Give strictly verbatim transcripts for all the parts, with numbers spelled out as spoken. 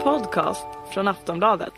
podcast från Aftonbladet.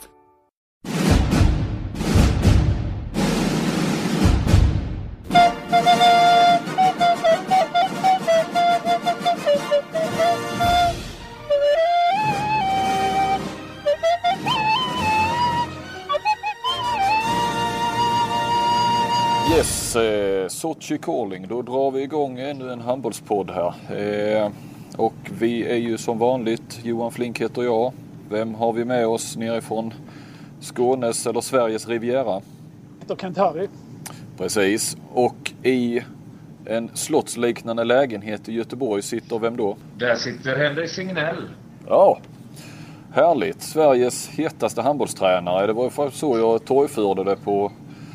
Yes, eh, Sochi Calling. Då drar vi igång ännu en handbollspodd här. Eh, och vi är ju som vanligt, Johan Flink heter jag. Vem har vi med oss nerifrån Skånes eller Sveriges Riviera? Kantari. Precis. Och i en slottsliknande lägenhet i Göteborg sitter vem då? Där sitter Henrik Signell. Ja, härligt. Sveriges hetaste handbollstränare. Det var så jag torgförde det på...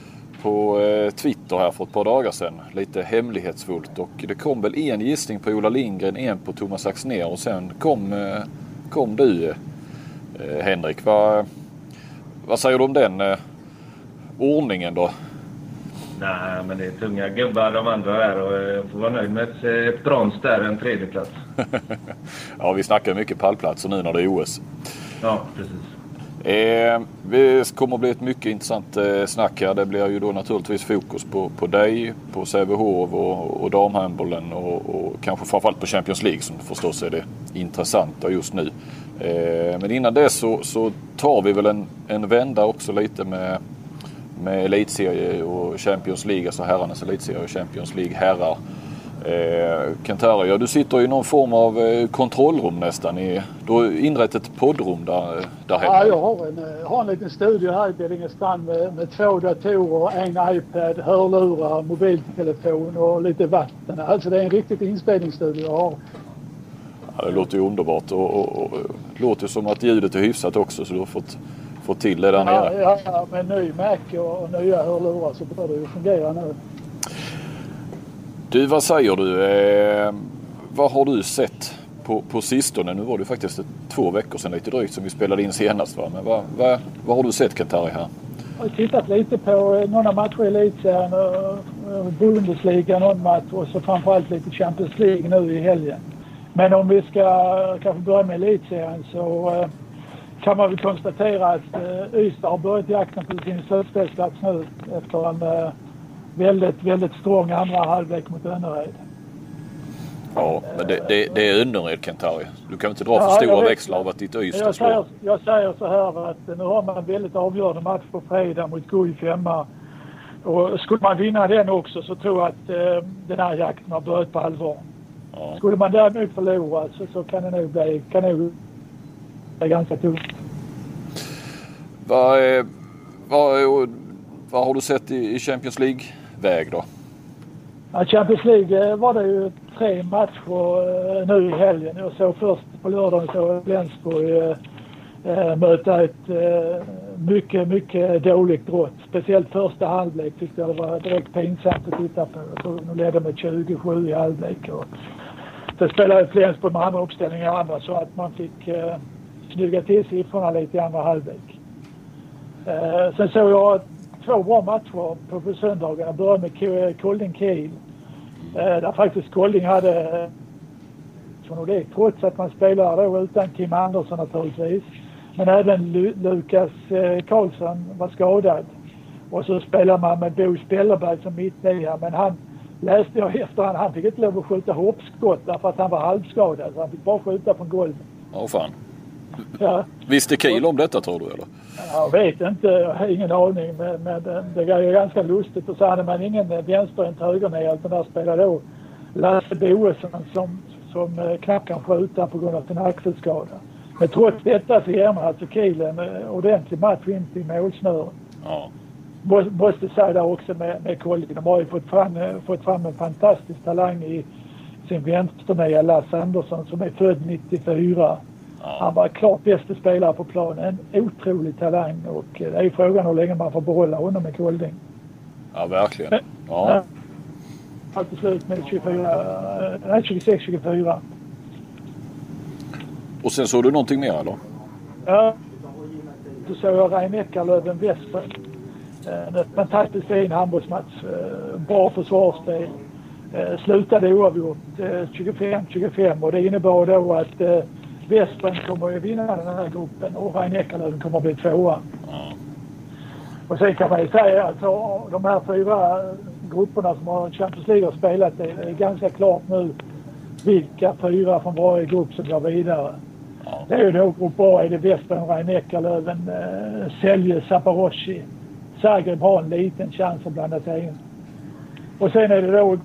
på Twitter här för ett par dagar sedan. Lite hemlighetsfullt. Och det kom väl en gissning på Ola Lindgren, en på Thomas Axner. Och sen kom, kom du, Henrik. Va, vad säger du om den eh, ordningen då? Nej, men det är tunga gubbar de andra här. Och jag får vara nöjd med ett, ett brons där, en tredje plats. Ja, vi snackar mycket pallplatser nu när det är O S. Ja, precis. Eh, det kommer att bli ett mycket intressant eh, snack här. Det blir ju då naturligtvis fokus på, på dig, på Sävehof och, och damhandbollen och, och kanske framförallt på Champions League som förstås är det intressanta just nu. Eh, men innan det så, så tar vi väl en, en vända också lite med, med elitserie och Champions League, alltså herrarnas elitserie och Champions League herrar. Eh, Kantari, ja, du sitter i någon form av eh, kontrollrum nästan. I, du har inrett ett poddrum där, där hemma. Ja, jag har en, har en liten studio här i Billingstrand med, med två datorer, en iPad, hörlurar, mobiltelefon och lite vatten. Alltså det är en riktigt inspelningsstudio jag har. Ja, det låter ju underbart och, och, och, och låter som att ljudet är hyfsat också, så du har fått, fått till det där ja, nere. Ja, med ny Mac och, och nya hörlurar så bör det ju fungera nu. Du, vad säger du? Eh, vad har du sett på, på sistone? Nu var det faktiskt två veckor sedan lite drygt som vi spelade in senast. Va? Men vad, vad, vad har du sett, Kantari, här? Jag har tittat lite på några matcher i elitserien och Bundesliga någon match och så framförallt lite Champions League nu i helgen. Men om vi ska kanske börja med elitserien så eh, kan man väl konstatera att eh, Ystad har börjat jakten på sin slutspelsplats nu efter en eh, väldigt, väldigt strong andra halvlek mot Önnered. Ja, men det, det, det är Önnered, Kantari. Du kan inte dra för ja, stora vet, växlar av att ditt Ystad jag slår. säger, jag säger så här att nu har man en väldigt avgörande match på fredag mot Guif hemma. Och skulle man vinna den också så tror jag att eh, den här jakten har börjat på allvar. Ja. Skulle man däremot förlora så, så kan det nog bli, kan det nog bli ganska tufft. Vad, vad, vad har du sett i, i Champions League-väg då? Ja, Champions League var det ju tre matcher eh, nu i helgen. Jag såg först på lördagen så Flensburg eh, eh, möta ett eh, mycket, mycket dåligt brott. Speciellt första halvlek tyckte jag det var direkt pinsamt att titta på. Så nu ledde med tjugo sju i halvlek. Och så spelade Flensburg med andra uppställningar och andra så att man fick eh, snygga till siffrorna lite i andra halvlek. Eh, sen såg jag två bra matcher på, på söndagen. Jag började med Kolding Kiel. Eh, där faktiskt Kolding hade från det, trots att man spelar då utan Kim Andersson naturligtvis. Men även Lu- Lukas eh, Karlsson var skadad. Och så spelar man med Bo Spellerberg som mittnia. Men han läste jag efterhand, han fick inte lov att skjuta hoppskott därför att han var halvskadad. Så han fick bara skjuta från golvet. Åh fan. Ja. Visste Kiel om detta, tror du, eller? Jag vet inte, jag har ingen aning. Men, men det är ju ganska lustigt. Och så hade man ingen vänsterhänt högernia. Utan där spelade då Lasse Boesson som, som eh, knappt kan skjuta på grund av sin axelskada. Men trots detta så ger man alltså Kiel en eh, ordentlig match in till målsnören. Ja. Må, måste säga där också med, med Kolding. De har ju fått fram, eh, fått fram en fantastisk talang i sin vänsternia, Lasse Andersson, som är född nittiofyra. Ja. Han var klart bästa spelare på planen. En otrolig talang och det är ju frågan hur länge man får behålla honom i Kolding. Ja, verkligen. Ja. Allt till slut med tjugofyra, nej, tjugosex tjugofyra. Och sen såg du någonting mer, eller? Ja, då såg jag Rein Eckerlöven Väster. En fantastiskt fin handbollsmatch. Bra försvarsspel. Slutade oavgjort tjugofem tjugofem och det innebar då att Vestbrand kommer ju vinna den här gruppen och Rhein-Neckarlöven kommer att bli tvåa. Ja. Och sen kan man ju säga att de här fyra grupperna som har Champions League har spelat, det är ganska klart nu vilka fyra från varje grupp som går vidare. Ja. Det är ju då grupp A, är det Vestbrand, Rhein-Neckarlöven, eh, Celje, Zaporozhye. Zagreb har en liten chans att blanda sig in. Och sen är det då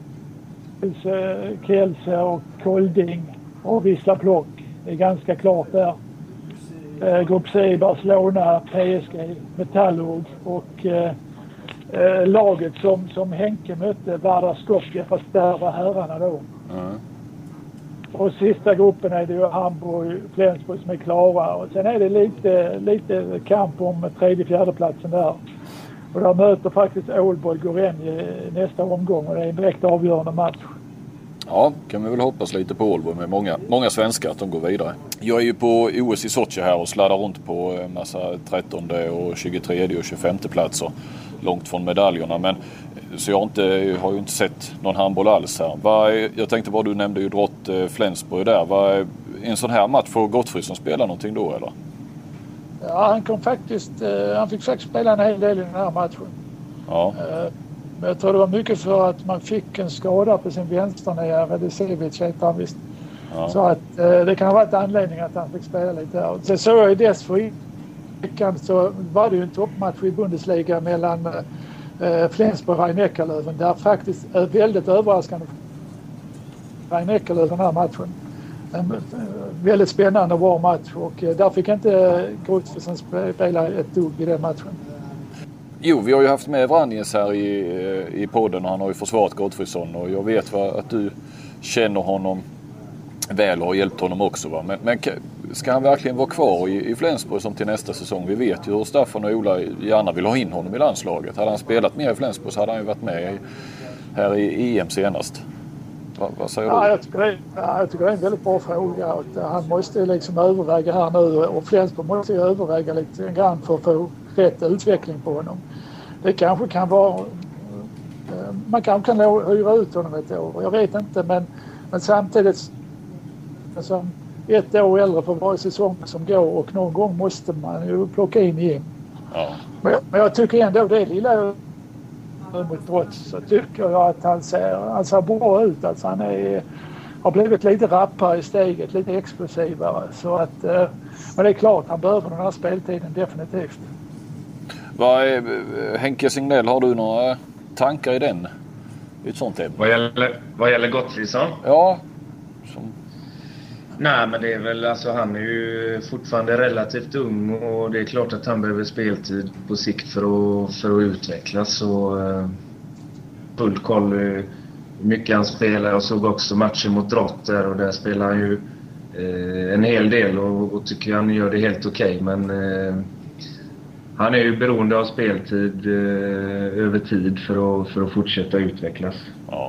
Kielce och Kolding och Wisla Plock. Det är ganska klart där. Eh, grupp C, Barcelona, P S G, Metallurg och eh, eh, laget som, som Henke mötte, Vardar Skopje, fast där var herrarna då. Mm. Och sista gruppen är det ju Hamburg, Flensburg som är klara. Och sen är det lite, lite kamp om tredje fjärde platsen där. Och där möter faktiskt Aalborg Gorenje nästa omgång och det är en direkt avgörande match. Ja, kan vi väl hoppas lite på Aalborg med många, många svenskar att de går vidare. Jag är ju på O S i Sochi här och sladdar runt på en massa trettonde och tjugotredje och tjugofemte platser. Långt från medaljerna, men så jag, inte, jag har ju inte sett någon handboll alls här. Var, jag tänkte bara, du nämnde ju Drott eh, Flensburg där. Var en sån här match får Gottfridsson spela någonting då eller? Ja, han kom faktiskt, eh, han fick faktiskt spela en hel del i den här matchen. Ja. Eh, men jag tror det var mycket för att man fick en skada på sin vänsternia, Radicevic heter han visst. Ja. Så att eh, det kan ha varit anledning att han fick spela lite här. Så såg jag i dessförinnan så var det ju en toppmatch i Bundesliga mellan eh, Flensburg och Rhein-Neckarlöven. Där faktiskt är väldigt överraskande Rhein-Neckarlöven den här matchen. En väldigt spännande och bra match och där fick inte Gottfridsson spela ett dugg i den matchen. Jo, vi har ju haft med Vranjes här i, i podden och han har ju försvarat Gottfridsson och jag vet va, att du känner honom väl och har hjälpt honom också. Va? Men, men ska han verkligen vara kvar i, i Flensburg som till nästa säsong? Vi vet ju hur Staffan och Ola gärna vill ha in honom i landslaget. Hade han spelat mer i Flensburg så hade han ju varit med i, här i E M senast. Va, vad säger ja, du? Jag tycker, det, ja, jag tycker det är en väldigt bra fråga. Och han måste liksom överväga här nu och Flensburg måste ju överväga lite grann för att få rätt utveckling på honom. Det kanske kan vara... Man kanske kan hyra ut honom ett år. Jag vet inte, men, men samtidigt som ett år äldre för varje säsong som går och någon gång måste man ju plocka in igen. Ja. Men, men jag tycker ändå det lilla mot Trots så tycker jag att han ser, han ser bra ut. Alltså han är, har blivit lite rappare i steget, lite explosivare. Så att, men det är klart, han behöver den här speltiden definitivt. Vad är, Henke Signell, har du några tankar i den? I ett sånt ämne? Vad gäller, vad gäller Gottfridsson? Ja. Som... Nej, men det är väl, alltså han är ju fortfarande relativt ung och det är klart att han behöver speltid på sikt för att, för att utvecklas. Och uh, full koll hur mycket han spelar. Jag såg också matchen mot Drott där och där spelar han ju uh, en hel del och, och tycker han gör det helt okej. Okay, men uh, han är ju beroende av speltid uh, över tid för att, för att fortsätta utvecklas. Ja.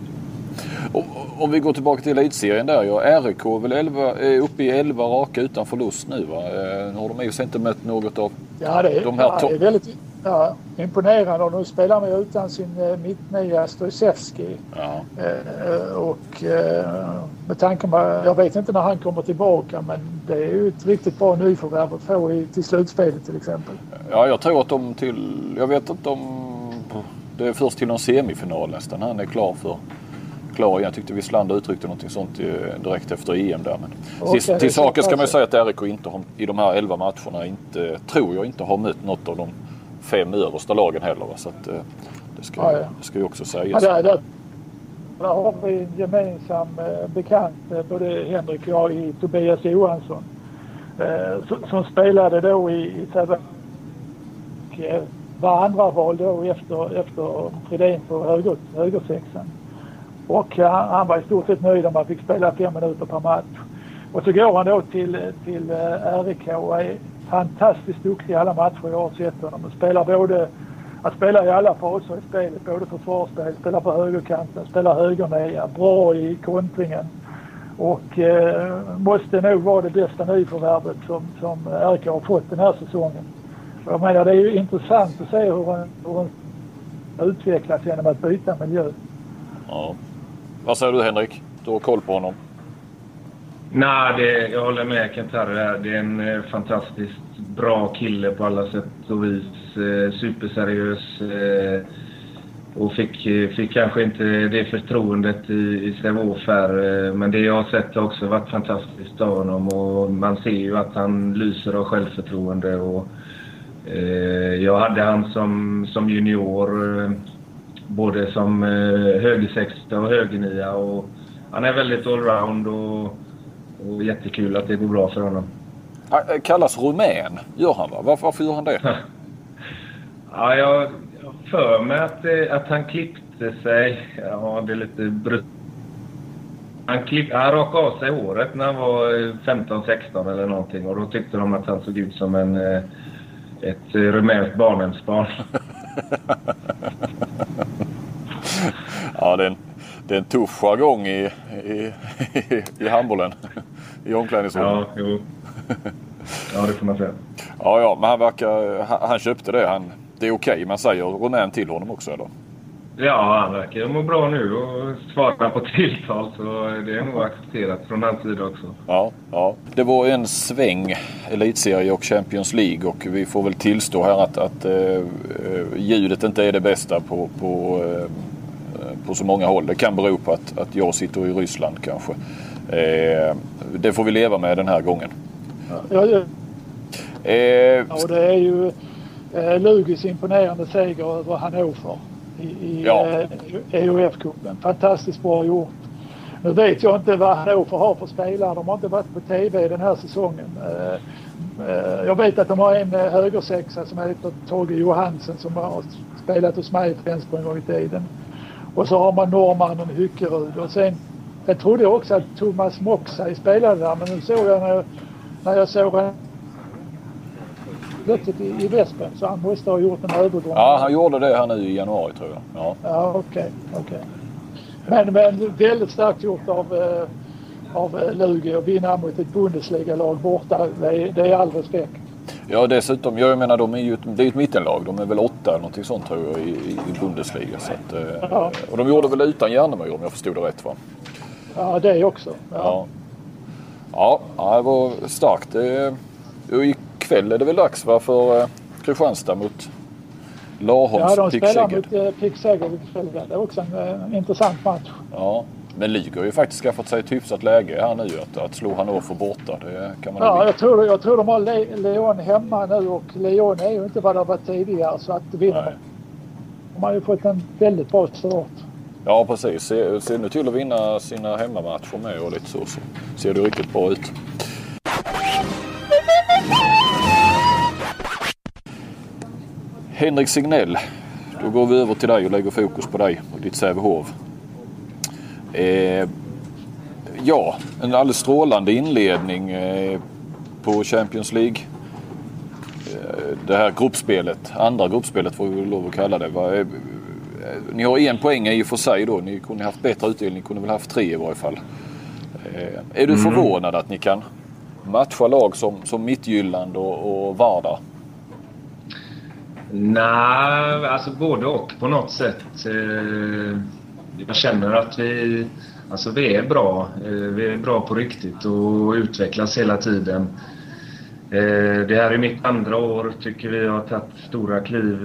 Om vi går tillbaka till elitserien där. Ja, R I K är väl elva, är uppe i elva raka utan förlust nu va? Har de ju inte mött något av ja, det är, de här ja, to- det är väldigt ja, imponerande. Och nu spelar man utan sin uh, mittnia Stojcevski. Ja. Uh, och uh, med tanke på, jag vet inte när han kommer tillbaka, men det är ju ett riktigt bra nyförvärv att få i, till slutspelet till exempel. Ja, jag tror att de till, jag vet inte om det är först till någon semifinal nästan. Han är klar för klar. Jag tyckte Wislander uttryckte något sånt direkt efter E M där. Men okay, till, till saken ska man ju säga att R I K inte har, i de här elva matcherna inte, tror jag inte har mött något av de fem översta lagen heller. Va? Så att, det ska, ja, ja. det ska ju också sägas. Ja, där, där, där har vi en gemensam eh, bekant, både Henrik och jag, i Tobias Johansson. Eh, som, som spelade då i, i Säve, eh, var andra val då efter, efter Fredén på höger, högersexan. Och han, han var i stort sett nöjd om man fick spela fem minuter per match. Och så går han då till, till R I K och är fantastiskt duktig i alla matcher jag har sett honom. Och spelar både, att spela i alla faser i spelet, både försvarsspel, spelar på högerkanten, spelar högerneja, bra i kontringen. Och eh, måste nog vara det bästa nyförvärvet som, som R I K har fått den här säsongen. Och jag menar, det är ju intressant att se hur han, hur han utvecklas genom att byta miljö. Ja. Vad säger du Henrik? Du har koll på honom. Nej, det, jag håller med Kentaro här. Det är en eh, fantastiskt bra kille på alla sätt och vis. Eh, superseriös. Eh, och fick, fick kanske inte det förtroendet i, i Sävehof här. Eh, men det jag har sett har också varit fantastiskt av honom. Och man ser ju att han lyser av självförtroende. Och, eh, jag hade han som, som junior. Eh, både som eh, högersexta och högernia. Och han är väldigt allround och Och jättekul att det går bra för honom. Kallas rumän, gör han va? Varför, varför gör han det? Ja, jag har för mig att, att han klippte sig. Ja, det är lite brut. Han, klipp, han rakade av sig håret när han var femton sexton eller någonting. Och då tyckte de att han såg ut som en, ett rumänskt barnhemsbarn. Ja, det är en, det är en tuff jargong i, i, i, i handbollen. I omklädningsrummet. Ja, jo. Ja, det får man säga. Ja, ja, men han verkar... Han, han köpte det. Han, det är okej, okay, man säger rumän till honom också, eller? Ja, han verkar må bra nu och svarar på tilltal, så det är nog accepterat från hans sida också. Ja, ja. Det var en sväng elitserie och Champions League, och vi får väl tillstå här att, att äh, ljudet inte är det bästa på, på, äh, på så många håll. Det kan bero på att, att jag sitter i Ryssland kanske. Äh, det får vi leva med den här gången. Ja, ja. Äh, ja och det är ju äh, Lugis imponerande seger över Hannover i, i ja. eh, E O F-cupen. Fantastiskt bra gjort. Nu vet jag inte vad Hannover har för spelare. De har inte varit på tv den här säsongen. Eh, eh, jag vet att de har en eh, högersexa som heter Torge Johansen som har spelat hos mig i Flensburg en gång i tiden. Och så har man norrmannen Hyckerud. Och sen, jag trodde också att Thomas Moxay spelade där, men nu såg jag när jag, när jag såg han plötsligt i, i Vespen, så han måste ha gjort en övergång. Ja, han gjorde det här nu i januari tror jag. Ja, ja okej. Okay, okay. Men, men väldigt starkt gjort av, eh, av Lugi att vinna mot ett Bundesliga-lag borta. Det är, det är all respekt. Ja, dessutom, jag menar, de är ju ett, det är ju ett mittenlag. De är väl åtta eller någonting sånt tror jag i, i Bundesliga. Så att, eh, ja. Och de gjorde väl utan Järnemyr om jag förstod det rätt, va? Ja, det också. Ja, ja. ja det var starkt. Och ikväll är det väl dags va, för eh, Kristianstad mot Laholms Ja, de spelar Pick mot eh, Pick Säger ikväll. Det är också en eh, intressant match. Ja, men Lyger har ju faktiskt skaffat sig ett hyfsat läge här nu att, att slå Hannover borta. Det kan man ja, jag tror, jag tror de har Le- Leon hemma nu, och Leon är ju inte vad det var tidigare, så att vinner de. De har ju fått en väldigt bra start. Ja, precis. Se, se nu till att vinna sina hemmamatcher med och lite så, så ser det riktigt bra ut. Henrik Signell, då går vi över till dig och lägger fokus på dig och ditt Sävehof. Eh, ja, en alldeles strålande inledning eh, på Champions League. Eh, det här gruppspelet, andra gruppspelet får vi lov att kalla det. Va? Eh, ni har en poäng i och för sig då. Ni kunde haft bättre utdelning, ni kunde väl haft tre i varje fall. Eh, är du mm. förvånad att ni kan matcha lag som, som Midtjylland och, och Vardar? Nej, alltså både och på något sätt. Jag känner att vi, alltså vi är bra. Vi är bra på riktigt och utvecklas hela tiden. Det här är mitt andra år, tycker vi har tagit stora kliv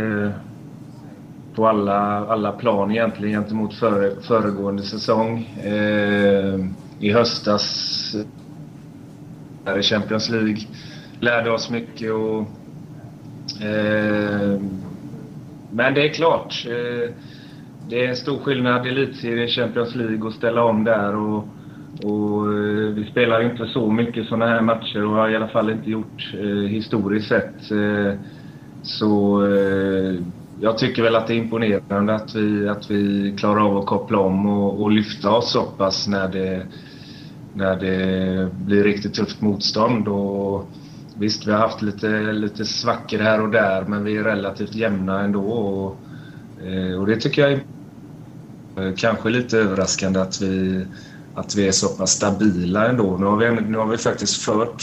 på alla, alla plan egentligen gentemot före, föregående säsong. I höstas här i Champions League lärde oss mycket och Eh, men det är klart eh, det är en stor skillnad i elitserien, Champions League, att ställa om där och, och eh, vi spelar inte så mycket sådana här matcher och har i alla fall inte gjort eh, historiskt sett eh, så eh, jag tycker väl att det är imponerande att vi, att vi klarar av att koppla om och, och lyfta oss så pass när det, när det blir riktigt tufft motstånd. Och visst, vi har haft lite, lite svackor här och där, men vi är relativt jämna ändå. Och, och det tycker jag är kanske lite överraskande att vi, att vi är så pass stabila ändå. Nu har vi, nu har vi faktiskt fört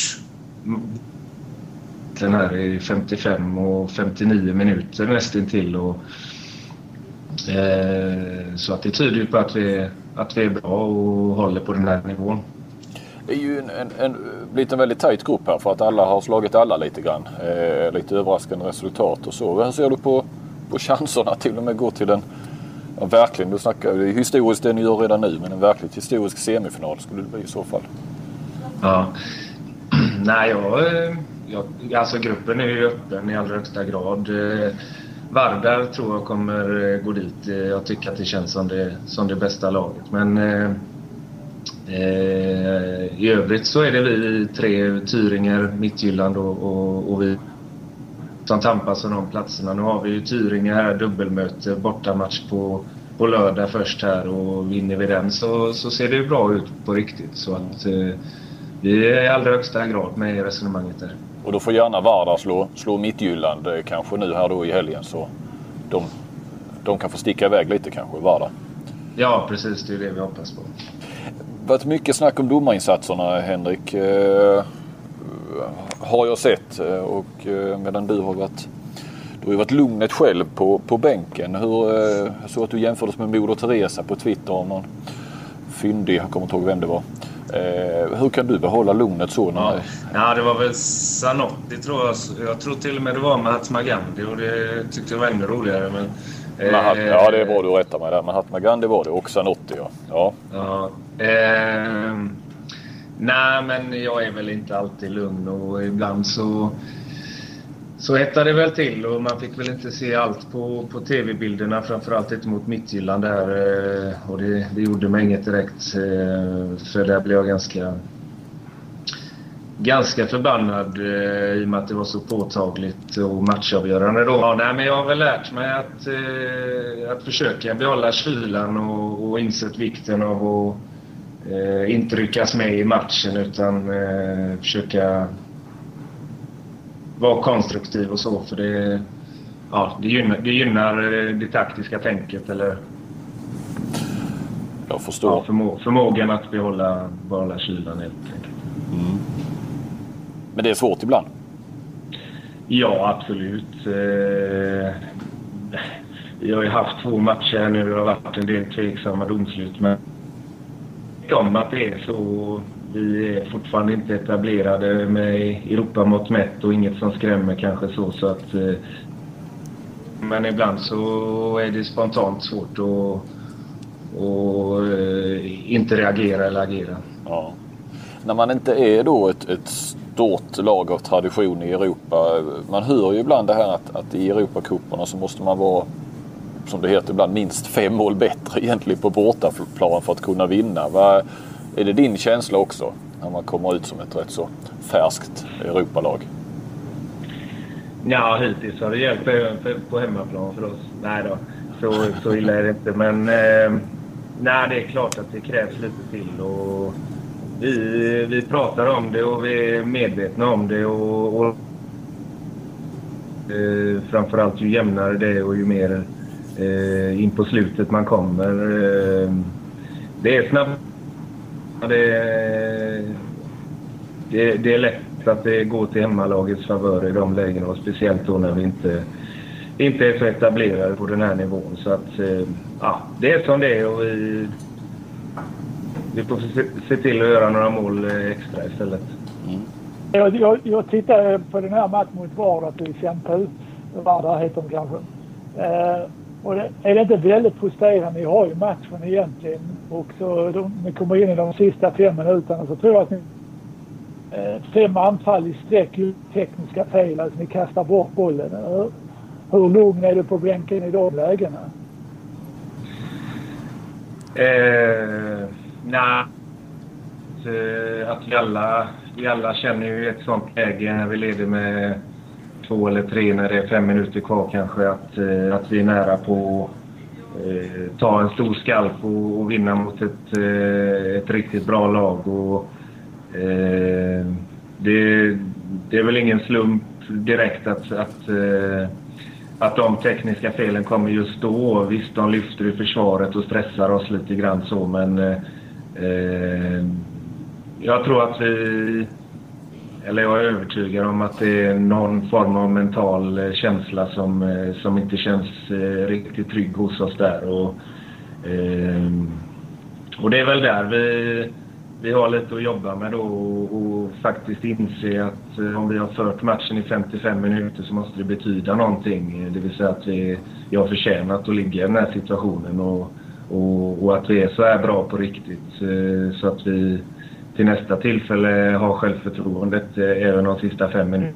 den här i femtiofem och femtionio minuter nästan till. Och, eh, så att det tyder ju på att vi, att vi är bra och håller på den här nivån. Det är ju en, en, en, blivit en väldigt tajt grupp här för att alla har slagit alla lite grann. Eh, lite överraskande resultat och så. Hur ser du på, på chanserna till och med gå till en, ja, verkligen, du snackar, det är historiskt det ni gör redan nu, men en verkligt historisk semifinal skulle det bli i så fall. Ja, nej jag, jag, alltså gruppen är ju öppen i allra högsta grad. Vardar tror jag kommer gå dit. Jag tycker att det känns som det, som det bästa laget. Men eh, i övrigt så är det vi tre, Tyringer, Midtjylland och, och, och vi som tampas om de platserna. Nu har vi ju Tyringer här, dubbelmöte, bortamatch på, på lördag först här, och vinner vi den så, så ser det ju bra ut på riktigt. Så att eh, vi är i allra högsta grad med i resonemanget där. Och då får gärna Vardar slå, slå Midtjylland kanske nu här då i helgen, så de, de kan få sticka iväg lite kanske, Vardar. Ja, precis. Det är det vi hoppas på. Det har varit mycket snack om domarinsatserna, Henrik. Eh, har jag sett. Och eh, medan du har varit, du har varit lugnet själv på, på bänken. Hur, eh, jag såg att du jämfördes med Moder Teresa på Twitter om någon fyndig, jag kommer inte ihåg vem det var. Eh, hur kan du behålla lugnet så? När... Ja. ja, det var väl Zanotti tror jag. Jag tror till och med det var Mahatma Gandhi, och det tyckte jag var ännu roligare. Men, eh... Mahat, ja, det var du rätta med där. Mahatma Gandhi var det och Zanotti, ja. Ja. ja eh... Nej, men jag är väl inte alltid lugn, och ibland så så hettade det väl till, och man fick väl inte se allt på, på tv-bilderna, framförallt inte mot Midtjylland där, och det, det gjorde mig inget direkt, för där blev jag ganska ganska förbannad i och med att det var så påtagligt och matchavgörande då. Ja, nej, men jag har väl lärt mig att, att försöka behålla kylan och, och insett vikten av att Eh, inte ryckas med i matchen, utan eh, försöka vara konstruktiv och så, för det, ja, det, gynnar, det gynnar det taktiska tänket, eller jag förstår. Ja, förmå, förmågan att behålla, behålla kylan helt enkelt. Mm. Men det är svårt ibland? Ja, absolut. Eh, jag har ju haft två matcher nu, det har varit en del tveksamma domslut, men om att det är så. Vi är fortfarande inte etablerade med Europamått mätt, och inget som skrämmer kanske så, så att eh, men ibland så är det spontant svårt att och, eh, inte reagera eller agera. Ja. När man inte är då ett, ett stort lag av tradition i Europa, man hör ju ibland det här att, att i Europacuperna så måste man vara, som det heter ibland, minst fem mål bättre egentligen på bortaplan för att kunna vinna. Va, är det din känsla också när man kommer ut som ett rätt så färskt Europalag? Ja, hittills har det hjälpt även på hemmaplan för oss. Nej då, så, så illa är det inte. Men eh, nej, det är klart att det krävs lite till. Och vi, vi pratar om det och vi är medvetna om det. Och, och eh, framförallt ju jämnare det är och ju mer Eh, in på slutet man kommer. Eh, det är snabbt. Det, det, det är lätt att det går till hemmalagets favör i de lägena, och speciellt då när vi inte, inte är så etablerade på den här nivån. Så att eh, ja, det är som det är, och vi, vi får se, se till att göra några mål extra istället. Mm. Jag, jag, jag tittade på den här matchen mot Vardar till exempel. Vardar heter de kanske. Eh, Och det, är det inte väldigt frustrerande? Ni har ju matchen egentligen, och så de, ni kommer in i de sista fem minuterna, så tror jag att ni eh, fem anfall i sträck, tekniska fel, alltså ni kastar bort bollen. Hur, hur lugn är du på bänken i de lägena? Eh, nej, att vi alla, vi alla känner ju ett sånt läge när vi leder med två eller tre, när det är fem minuter kvar kanske, att, eh, att vi är nära på eh, ta en stor skalp och, och vinna mot ett, eh, ett riktigt bra lag. Och, eh, det, det är väl ingen slump direkt att, att, eh, att de tekniska felen kommer just då. Visst, de lyfter i försvaret och stressar oss lite grann så, men eh, jag tror att vi, eller jag är övertygad om att det är någon form av mental känsla som, som inte känns riktigt trygg hos oss där. Och, och det är väl där vi, vi har lite att jobba med då och, och faktiskt inse att om vi har fört matchen i femtiofem minuter så måste det betyda någonting. Det vill säga att vi, vi har förtjänat att ligga i den här situationen och, och, och att vi är så här bra på riktigt så att vi till nästa tillfälle har självförtroendet även de sista fem minuterna.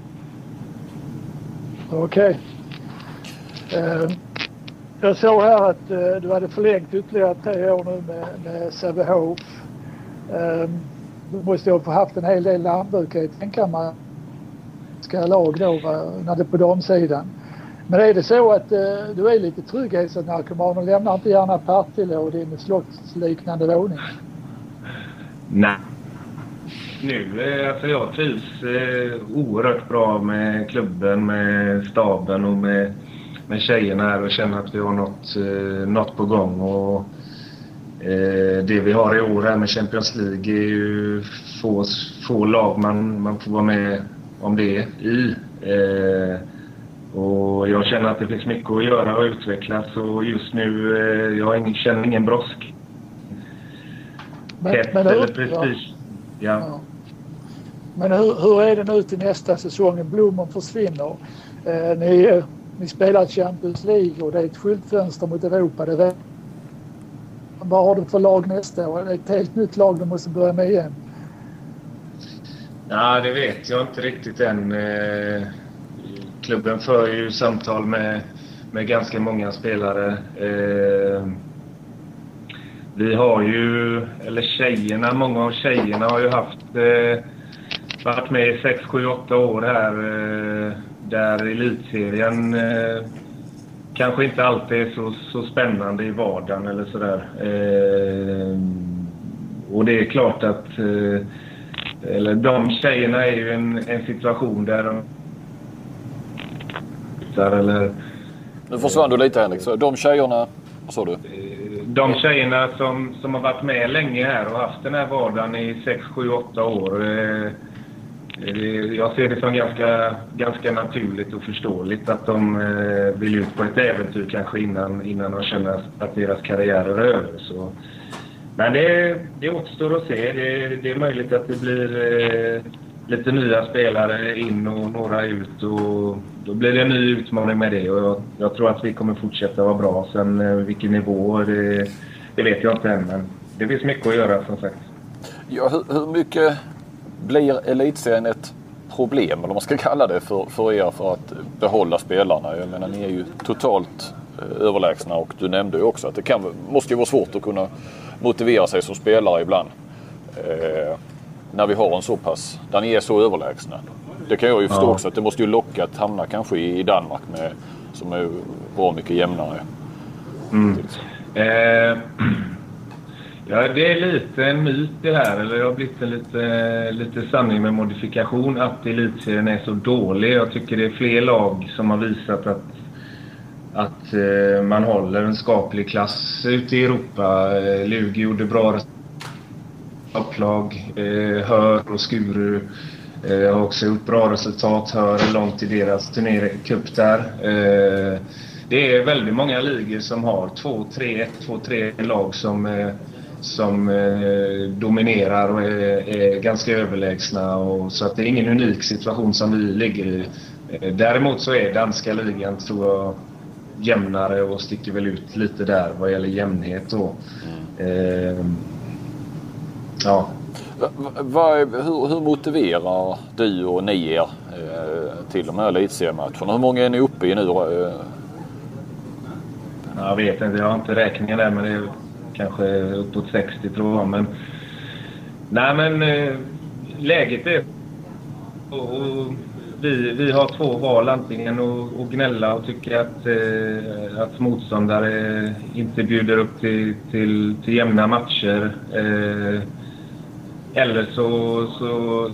Okej. Okay. Uh, jag såg här att uh, du hade förlängt ytterligare tre år nu med, med Sävehof. Uh, du måste ju ha haft en hel del landbrukare, tänker man, ska lag då när det är på damsidan. Men är det så att uh, du är lite trygghetsnarkoman och lämnar inte gärna Partille och din slottsliknande våning? Nej. Nu, alltså jag trivs eh, oerhört bra med klubben, med staben och med, med tjejerna här och känner att vi har något, eh, något på gång. Och, eh, det vi har i år här med Champions League är ju få, få lag man, man får vara med om det i. Eh, och jag känner att det finns mycket att göra och utvecklas och just nu, eh, jag ingen, känner ingen brosk. Men, Hett men, eller prestige. Ja. Ja. Men hur, hur är det nu till nästa säsong? Blommen försvinner. Eh, ni, ni spelar Champions League och det är ett skyltfönster mot Europa. Det är, vad har du för lag nästa år? Det är ett helt nytt lag du måste börja med igen. Ja, det vet jag inte riktigt än. Eh, klubben för ju samtal med, med ganska många spelare. Eh, vi har ju, eller tjejerna, många av tjejerna har ju haft... Eh, varit med i sex, sju, åtta år här eh, där elitserien eh, kanske inte alltid är så, så spännande i vardagen eller sådär. Eh, och det är klart att eh, eller de tjejerna är ju en, en situation där de eller, nu försvann du lite, Henrik. Så de tjejerna, vad sa du? De tjejerna som, som har varit med länge här och haft den här vardagen i sex, sju, åtta år eh, jag ser det som ganska, ganska naturligt och förståeligt att de eh, vill ut på ett äventyr kanske innan, innan de känner att deras karriär är över. Så. Men det, det återstår att se. Det, det är möjligt att det blir eh, lite nya spelare in och några ut. Och då blir det en ny utmaning med det. Och jag, jag tror att vi kommer fortsätta vara bra. Sen eh, vilken nivå, det, det vet jag inte än. Men det finns mycket att göra som sagt. Ja, hur, hur mycket... Blir elitserien ett problem, eller vad man ska kalla det, för, för er för att behålla spelarna? Jag menar, ni är ju totalt eh, överlägsna och du nämnde ju också att det kan, måste ju vara svårt att kunna motivera sig som spelare ibland eh, när vi har en så pass, där ni är så överlägsna. Det kan jag ju förstå ja. också, att det måste ju locka att hamna kanske i Danmark med, som är bra mycket jämnare. Mm. Eh. Ja, det är lite en myt det här, eller det har blivit en lite, lite sanning med modifikation att elitserien är så dålig. Jag tycker det är fler lag som har visat att, att eh, man håller en skaplig klass ute i Europa. Eh, Lugi gjorde bra upplag, eh, Hör och Skuru eh, har också gjort bra resultat, Hör långt i deras turneringscup där. Eh, det är väldigt många ligor som har två, tre, ett, två, tre lag som... Eh, som eh, dominerar och är, är ganska överlägsna och, så att det är ingen unik situation som vi ligger i. Eh, däremot så är danska ligan, tror jag, jämnare och sticker väl ut lite där vad gäller jämnhet då. Eh, ja. Va, va, hur, hur motiverar du och ni er eh, till de här elitseriematcherna? Hur många är ni uppe i nu? Eh? Jag vet inte, jag har inte räkningen där, men det är kanske uppåt sextio tror jag. Men, nej men eh, läget är och, och vi, vi har två val, antingen att och gnälla och tycka att, eh, att motståndare inte bjuder upp till, till, till jämna matcher. Eh, eller så, så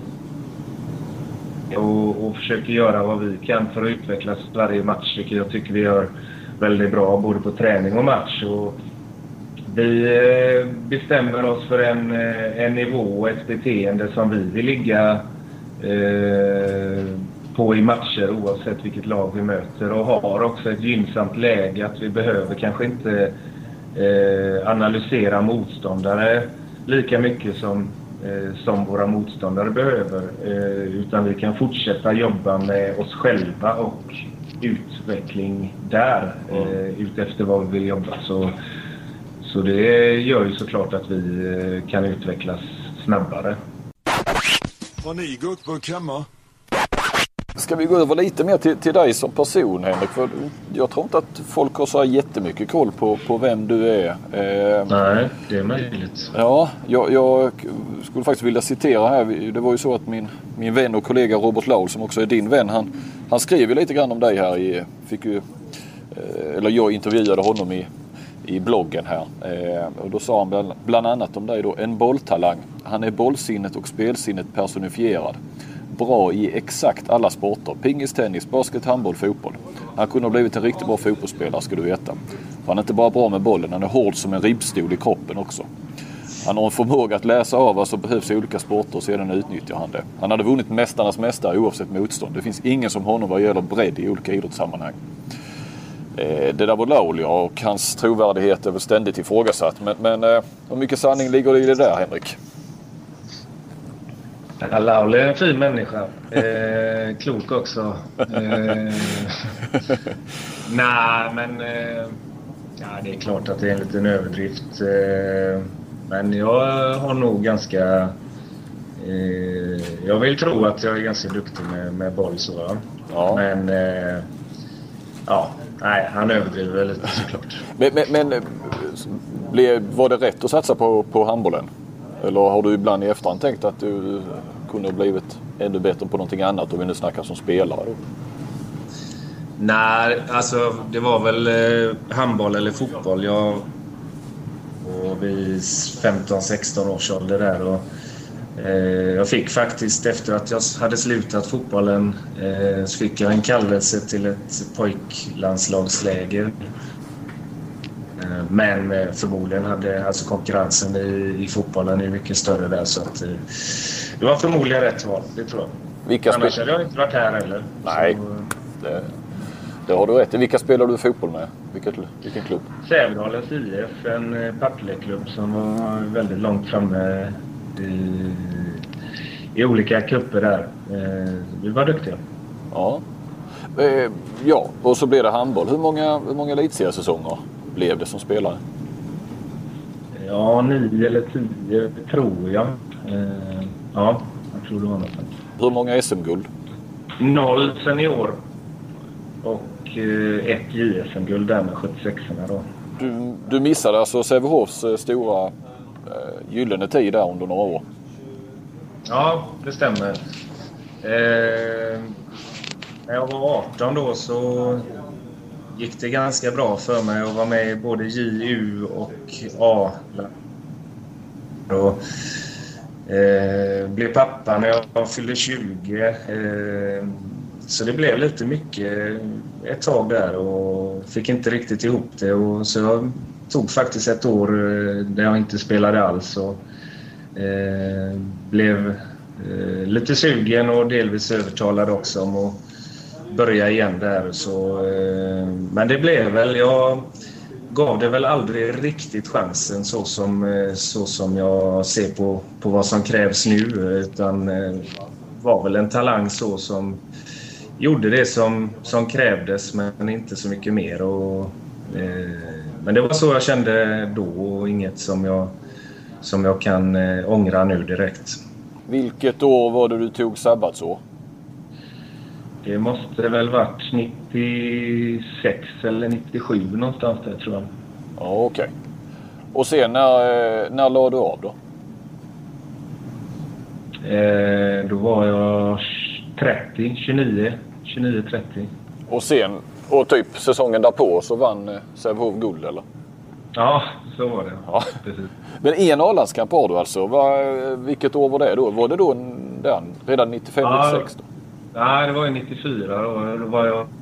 och, och försöker göra vad vi kan för att utvecklas varje match, vilket jag tycker vi gör väldigt bra både på träning och match. Och vi bestämmer oss för en, en nivå och ett beteende som vi vill ligga eh, på i matcher oavsett vilket lag vi möter, och har också ett gynnsamt läge att vi behöver kanske inte eh, analysera motståndare lika mycket som, eh, som våra motståndare behöver. Eh, utan vi kan fortsätta jobba med oss själva och utveckling där. Eh, utefter vad vi vill jobba. Så, så det gör ju såklart att vi eh, kan utvecklas snabbare. Har ni gurkburk hemma? Ska vi gå över lite mer till, till dig som person, Henrik? För jag tror inte att folk har så jättemycket koll på, på vem du är. Eh, Nej, det är möjligt. Ja, jag, jag skulle faktiskt vilja citera här. Det var ju så att min, min vän och kollega Robert Laul, som också är din vän, han, han skrev ju lite grann om dig här i, fick ju, eh, eller jag intervjuade honom i, i bloggen här. Eh, och då sa han bland, bland annat om dig då, en bolltalang. Han är bollsinnet och spelsinnet personifierad. Bra i exakt alla sporter. Pingis, tennis, basket, handboll, fotboll. Han kunde ha blivit en riktigt bra fotbollsspelare, ska du veta. För han är inte bara bra med bollen, han är hård som en ribbstol i kroppen också. Han har en förmåga att läsa av vad som behövs i olika sporter och sedan utnyttjar han det. Han hade vunnit mästarnas mästare oavsett motstånd. Det finns ingen som honom vad gäller bredd i olika idrottssammanhang. Det där var Laul, ja, och hans trovärdighet är väl ständigt ifrågasatt. Men, men hur mycket sanning ligger det i det där, Henrik? Laul är en fin människa. Eh, klok också. Eh, Nej, men eh, ja, det är klart att det är en liten överdrift. Eh, men jag har nog ganska... Eh, jag vill tro att jag är ganska duktig med, med boll så. Ja. Men eh, ja, nej, han överdriver lite såklart. Men, men, men blev, var det rätt att satsa på, på handbollen? Eller har du ibland i efterhand tänkt att du kunde ha blivit ännu bättre på någonting annat och vi nu snackar som spelare då? Nej, alltså det var väl eh, handboll eller fotboll. Jag och vid femton sexton års ålder där och eh, jag fick faktiskt efter att jag hade slutat fotbollen eh, så fick jag en kallelse till ett pojklandslagsläger. Men förmodligen hade alltså konkurrensen i, i fotbollen är mycket större där så att det var förmodligen rätt val, det tror jag. Vilka Annars spel- hade jag inte varit här heller. Nej, så... det, det har du rätt i. Vilka spelar du fotboll med? Vilket, vilken klubb? Sävedalens I F, en Partille-klubb som var väldigt långt framme i, i olika kupper där. Vi var duktiga. Ja. Ja, och så blev det handboll. Hur många, hur många elitseriesäsonger blev det som spelare? Ja, nio eller tio tror jag. Eh, ja, jag tror det var något sånt. Hur många S M-guld? Noll senior. Och eh, ett J S M-guld där med sjuttiosex-orna då. Du, du missade alltså Sävehofs stora eh, gyllene tid där under några år? Ja, det stämmer. Eh, när jag var arton då så gick det ganska bra för mig att vara med i både J U och A. Och, eh, blev pappa när jag fyllde tjugo. Eh, så det blev lite mycket ett tag där och fick inte riktigt ihop det. Och så jag tog faktiskt ett år där jag inte spelade alls och eh, blev eh, lite sugen och delvis övertalad också om att börja igen där så, eh, men det blev väl, jag gav det väl aldrig riktigt chansen så som, eh, så som jag ser på, på vad som krävs nu utan eh, var väl en talang så som gjorde det som, som krävdes men inte så mycket mer och, eh, men det var så jag kände då och inget som jag, som jag kan eh, ångra nu direkt. Vilket år var det du tog sabbatsår? Det måste väl varit nittiosex eller nittiosju någonstans där tror jag. Ja, okej. Okay. Och sen när, när la du av då? Eh, då var jag trettio, tjugonio, tjugonio trettio. Och sen, och typ säsongen därpå så vann Sävehof guld eller? Ja, så var det. Ja. Men en A-landskamp har du alltså. Var, vilket år var det då? Var det då den, redan nittiofem nittiosex då? Nej, det var ju nittiofyra då. Då var jag...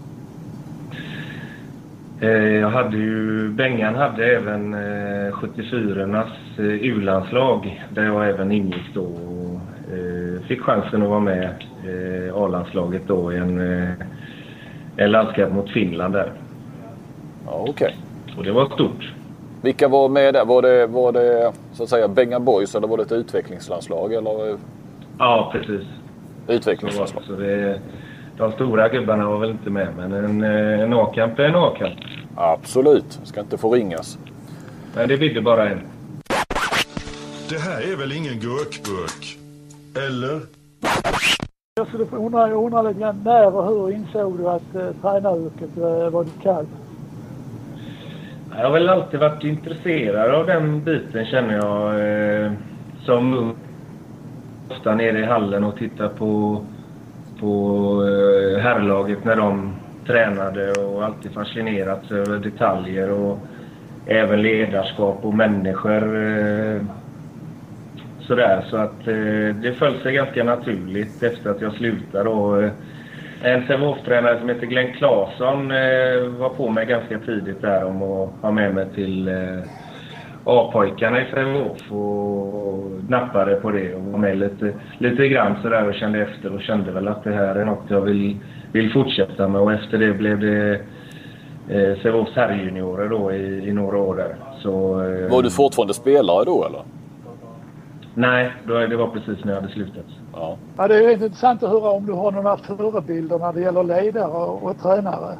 Eh, jag hade ju... Bengan hade även eh, sjuttiofyranas eh, U-landslag där jag även ingick då. Och, eh, fick chansen att vara med eh, A-landslaget då i en, eh, en landskamp mot Finland där. Ja, okej. Okay. Och det var stort. Vilka var med där? Var det, var det så att säga Benga Boys, eller var det ett utvecklingslandslag? Eller? Ja, precis. Utvecklingslandslag. Så, så det, de stora gubbarna var väl inte med, men en, en A-kamp är en A-kamp. Absolut, ska inte få ringas. Men det bidde bara en. Det här är väl ingen gurkburk? Eller? Jag skulle undra, jag undrar lite grann, när och hur insåg du att eh, tränaryrket eh, var ditt kall? Jag har väl alltid varit intresserad av den biten, känner jag. Eh, som ofta nere i hallen och titta på, på eh, herrlaget när de tränade, och alltid fascinerats över detaljer och även ledarskap och människor. Eh, sådär, så att eh, det föll sig ganska naturligt efter att jag slutade. Och, eh, en Sävehof-tränare som heter Glenn Claesson eh, var på mig ganska tidigt där om att ha med mig till eh, A-pojkarna i Sävehof, och, och nappade på det och var med lite, lite grann sådär och kände efter och kände väl att det här är något jag vill, vill fortsätta med. Och efter det blev det eh, Sävehofs herrjuniorer då i, i några år där. Så, eh, var du fortfarande spelare då, eller? Nej, det var precis när jag hade slutat. Ja. Ja, det är ju intressant att höra om du har några förebilder när det gäller ledare och, och tränare.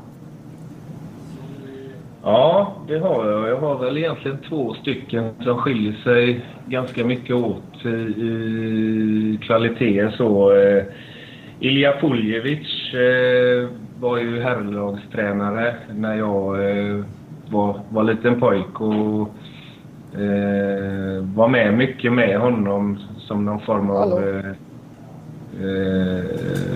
Ja, det har jag. Jag har väl egentligen två stycken som skiljer sig ganska mycket åt i, i kvalitet. Så, eh, Ilja Puljevic eh, var ju herrlagstränare när jag eh, var, var liten pojk, och Eh, var med mycket med honom som någon form av eh, eh,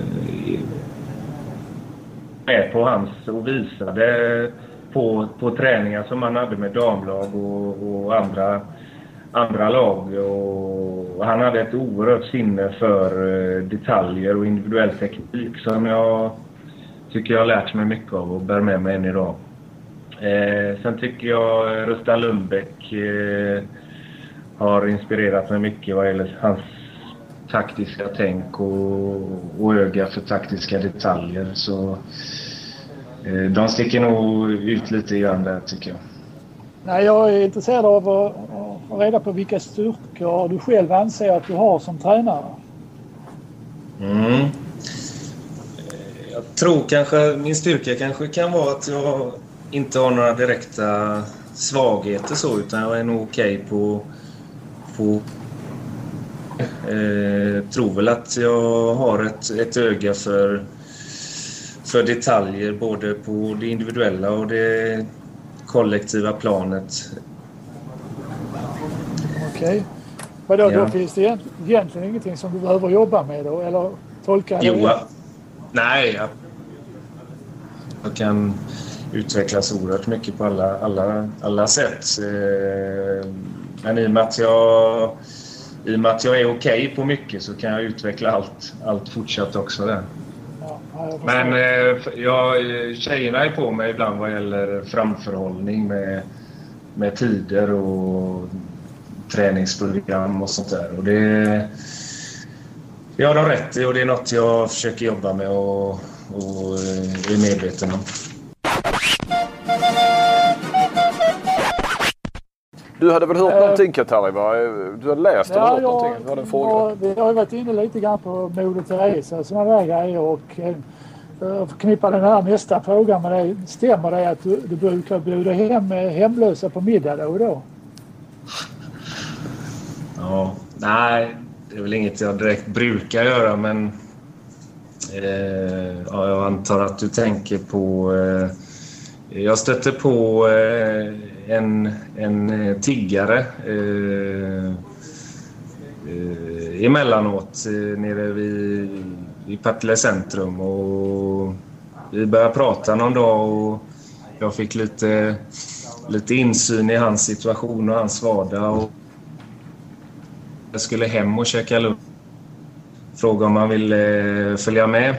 med på hans och visade på, på träningar som han hade med damlag och, och andra, andra lag, och han hade ett oerhört sinne för eh, detaljer och individuell teknik som jag tycker jag har lärt mig mycket av och bär med mig än idag. Eh, sen tycker jag Rustan Lundbäck eh, har inspirerat mig mycket vad gäller hans taktiska tänk och, och öga för taktiska detaljer. Så eh, de sticker nog ut lite grann där, tycker jag. Nej, jag är intresserad av att få reda på vilka styrkor du själv anser att du har som tränare. Mm. Jag tror kanske min styrka kanske kan vara att jag inte har några direkta svagheter så, utan jag är nog okej på, på eh, tror väl att jag har ett, ett öga för, för detaljer både på det individuella och det kollektiva planet. Okej. Men då, Ja. då finns det egentligen ingenting som du behöver jobba med då, eller tolka det? Jo, nej, jag, jag kan utvecklas oerhört mycket på alla, alla, alla sätt. Men i och med att jag, i och med att jag är okej på mycket så kan jag utveckla allt, allt fortsatt också där. Ja, jag Men jag, tjejerna är på mig ibland vad gäller framförhållning med, med tider och träningsprogram och sånt där. Och det, det har de rätt i, och det är något jag försöker jobba med och, och är medveten om. Du hade väl hört äh, någonting, Katari, va? Du hade läst eller ja, hört jag, någonting? Du hade en fråga. Ja, vi har ju varit inne lite grann på Moder Teresa och sådana där grejer, och jag förknippar den här nästa frågan med dig. Stämmer det att du, du brukar bjuda hem hemlösa på middag då och då? Ja, nej, det är väl inget jag direkt brukar göra, men eh, ja, jag antar att du tänker på eh, jag stötte på eh, en, en tiggare eh, eh, emellanåt eh, nere vid, vid Partille centrum, och vi började prata någon dag och jag fick lite, lite insyn i hans situation och hans vardag, och jag skulle hem och käka lunch. Fråga om han ville följa med.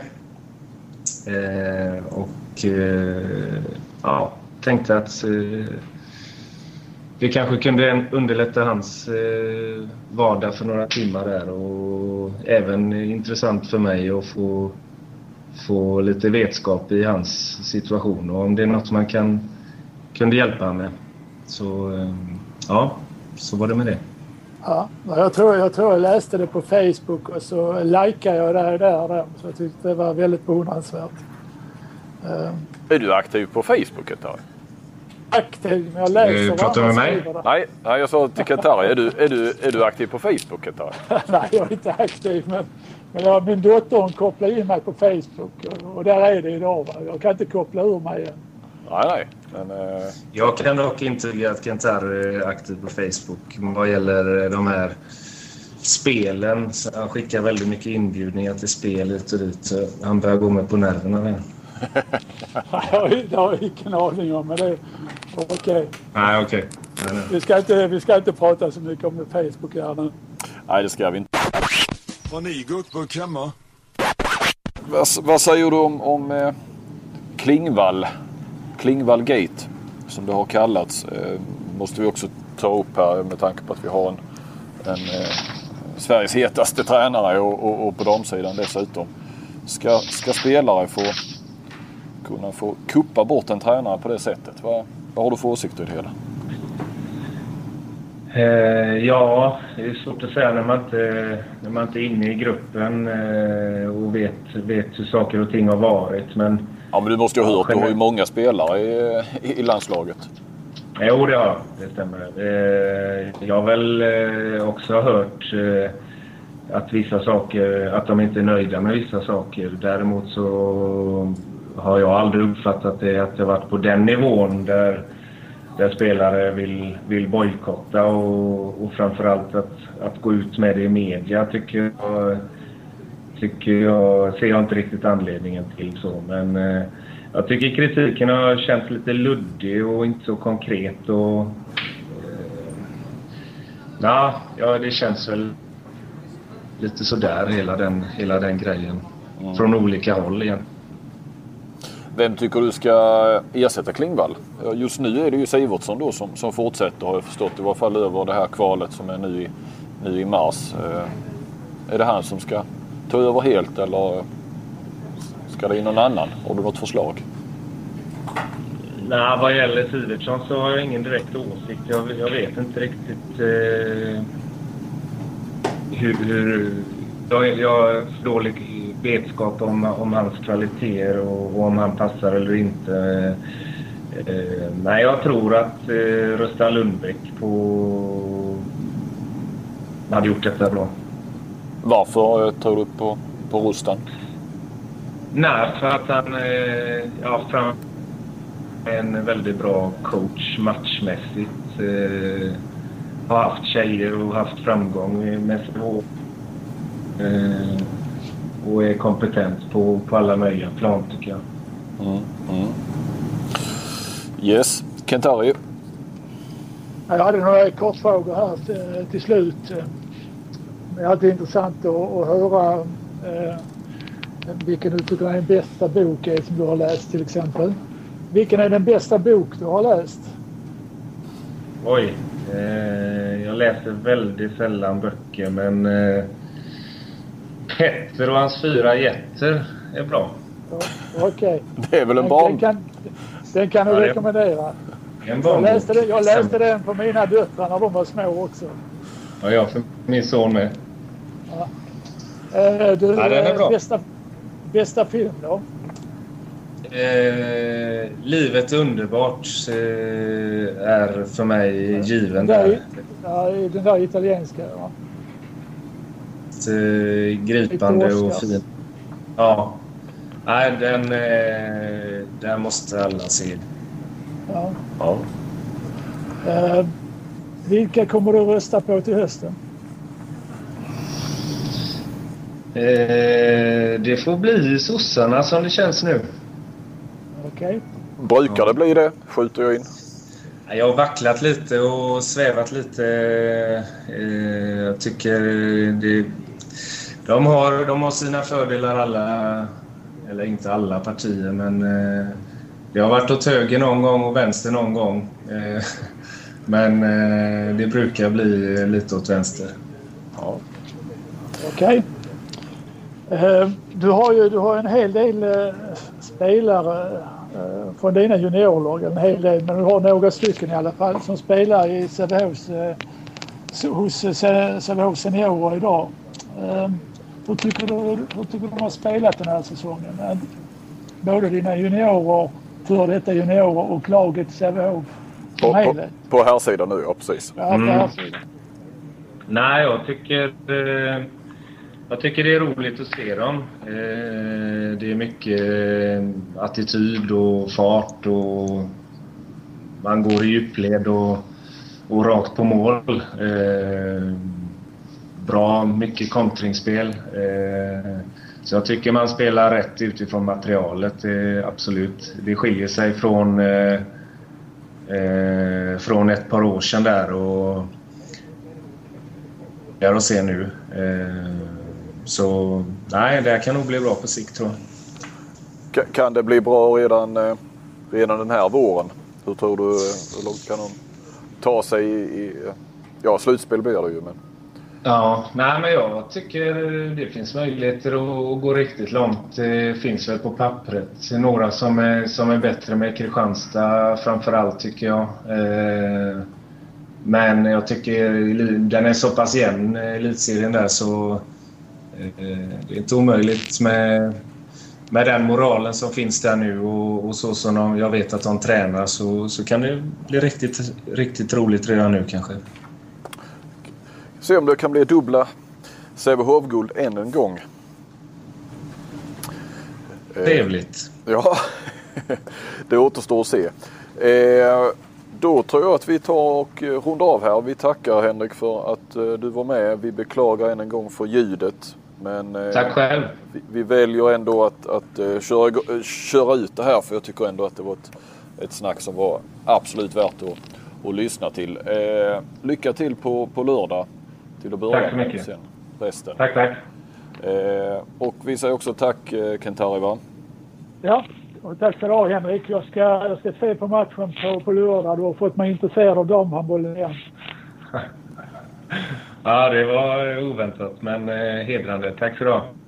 Eh, och eh, ja, tänkte att eh, vi kanske kunde underlätta hans eh, vardag för några timmar där. Och även intressant för mig att få, få lite vetskap i hans situation. Och om det är något man kan, kunde hjälpa med. Så eh, ja, så var det med det. Ja, jag tror, jag tror jag läste det på Facebook och så likade jag det där, där så jag tyckte det var väldigt beundransvärt. Uh, är du aktiv på Facebook ett tag? Aktiv, men jag läser vad pratar du med mig? Nej, nej, jag sa till Kentari, är du, är, du, är du aktiv på Facebook ett tag? Nej, jag är inte aktiv, men, men jag, min dotter kopplar in mig på Facebook och, och där är det idag. Va? Jag kan inte koppla ur mig igen. Nej, nej. Men, uh... Jag kan dock intyga att Kentari är aktiv på Facebook vad gäller de här spelen. Så han skickar väldigt mycket inbjudningar till spel hit och dit. Så han börjar gå med på nerverna nu. Det har jag ingen aning om, men det är okej. Okay. Nej, okej. Okay. Vi ska inte, vi ska inte prata så mycket om Facebook här nu. Nej, det ska vi inte. Har ni gurkburk hemma? Vad, vad säger du om, om eh, Klingvall? Klingvall Gate, som det har kallats, eh, måste vi också ta upp här med tanke på att vi har en, en eh, Sveriges hetaste tränare och, och, och på damsidan dessutom. Ska, ska spelare få kunna få kuppa bort en tränare på det sättet? Vad, vad har du för åsikter i det hela? Eh, ja, det är svårt att säga när man inte, när man inte är inne i gruppen eh, och vet, vet hur saker och ting har varit. Men, ja, men du måste ju ha hört, du har ju många spelare i, i landslaget. Jo, det har jag. Det stämmer. Eh, jag har väl eh, också hört eh, att vissa saker, att de inte är nöjda med vissa saker. Däremot så har jag aldrig uppfattat det att det varit på den nivån där, där spelare vill, vill bojkotta och, och framförallt att, att gå ut med det i media tycker jag, tycker jag, ser jag inte riktigt anledningen till så. Men eh, jag tycker kritiken har känts lite luddig och inte så konkret och eh, na, ja, det känns väl lite sådär hela den, hela den grejen mm. från olika håll igen. Vem tycker du ska ersätta Klingvall? Just nu är det ju Sivertsson då som, som fortsätter, har jag förstått, i alla fall över det här kvalet som är nu i, nu i mars. Eh, är det han som ska ta över helt eller ska det in någon annan? Har du något förslag? Nej, vad gäller Sivertsson så har jag ingen direkt åsikt. Jag, jag vet inte riktigt eh, hur... hur jag, jag har dålig vetskap om, om hans kvaliteter och, och om han passar eller inte. Eh, nej, jag tror att eh, Rösta Lundbäck på hade gjort detta bra. Varför tar du upp på, på Rustan? Nej, för att han eh, ja, fram en väldigt bra coach matchmässigt. Eh, har haft tjejer och haft framgång med sig eh, och är kompetent på, på alla möjliga plan tycker jag. Mm, mm. Yes, Kentari. Jag hade några kortfrågor här till, till slut. Det är alltid intressant att, att höra eh, vilken du tycker är den bästa bok är som du har läst till exempel. Vilken är den bästa bok du har läst? Oj, eh, jag läser väldigt sällan böcker men eh, Petter och hans fyra jätter är bra. Ja, okej. Okay. Det är väl en barn? Den kan, den kan du ja, rekommendera. En jag läste, det, jag läste den på mina döttrar när de var små också. Ja, jag för min son med. Ja. Eh, du, ja, den är bra. Bästa, bästa film då? Eh, Livet är underbart eh, är för mig given där. där. Ja, den där italienska. Ja. Eh, gripande och fin. Ja. Nej, den, eh, den måste alla se. Ja. Ja. Eh, vilka kommer du rösta på till hösten? Eh, det får bli sossarna som det känns nu. Okej. Okay. Brukar det bli det? Skjuter jag in. Jag har vacklat lite och svävat lite. Eh, jag tycker det, de, har, de har sina fördelar alla, eller inte alla partier, men eh, det har varit åt höger någon gång och vänster någon gång. Eh, men eh, det brukar bli lite åt vänster. Ja. Okej. Okay. Eh, du har ju du har en hel del eh, spelare från dina juniorlag, en hel del, men du har några stycken i alla fall som spelar i C V H:s eh, hos Sävehof seniorer idag. Hur tycker du hur tycker du de har spelat den här säsongen? Både dina juniorer, för detta juniorer och laget Sävehof som helhet. På, på här sidan nu, ja precis. Ja, på här sidan. Nej, jag tycker, eh, jag tycker det är roligt att se dem. Eh, det är mycket eh, attityd och fart och man går i djupled och, och rakt på mål. Eh, bra, mycket kontringsspel. Eh, så jag tycker man spelar rätt utifrån materialet, eh, absolut. Det skiljer sig från, eh, eh, från ett par år sedan där och jag att se nu. Eh, så nej, det kan nog bli bra på sikt, tror jag. Kan, kan det bli bra redan, eh, redan den här våren? Hur tror du, hur långt kan de ta sig i, i ja, slutspel blir det ju, men... Ja, nej men jag tycker det finns möjligheter att gå riktigt långt. Det finns väl på pappret några som är, som är bättre med Kristianstad framförallt, tycker jag. Eh, men jag tycker den är så pass jämn, elitserien där, så eh, det är inte omöjligt med, med den moralen som finns där nu och, och så som de, jag vet att de tränar, så, så kan det bli riktigt, riktigt roligt redan nu kanske. Se om det kan bli dubbla Sävehof-guld än en gång. Trevligt. Eh, ja, det återstår att se. Eh, då tror jag att vi tar och rundar av här. Vi tackar Henrik för att eh, du var med. Vi beklagar än en gång för ljudet. Men, eh, tack själv. Vi, vi väljer ändå att, att uh, köra, köra ut det här, för jag tycker ändå att det var ett, ett snack som var absolut värt att, att lyssna till. Eh, lycka till på, på lördag. Till att börja. Tack så mycket. Sen resten. Tack, tack. Eh, och vi säger också tack eh, Kent-Harry, va? Ja, och tack för det Henrik. Jag ska, jag ska se på matchen på, på lördag. Du har fått mig intresserad av damhandbollen igen. Ja, det var oväntat men eh, hedrande. Tack för det.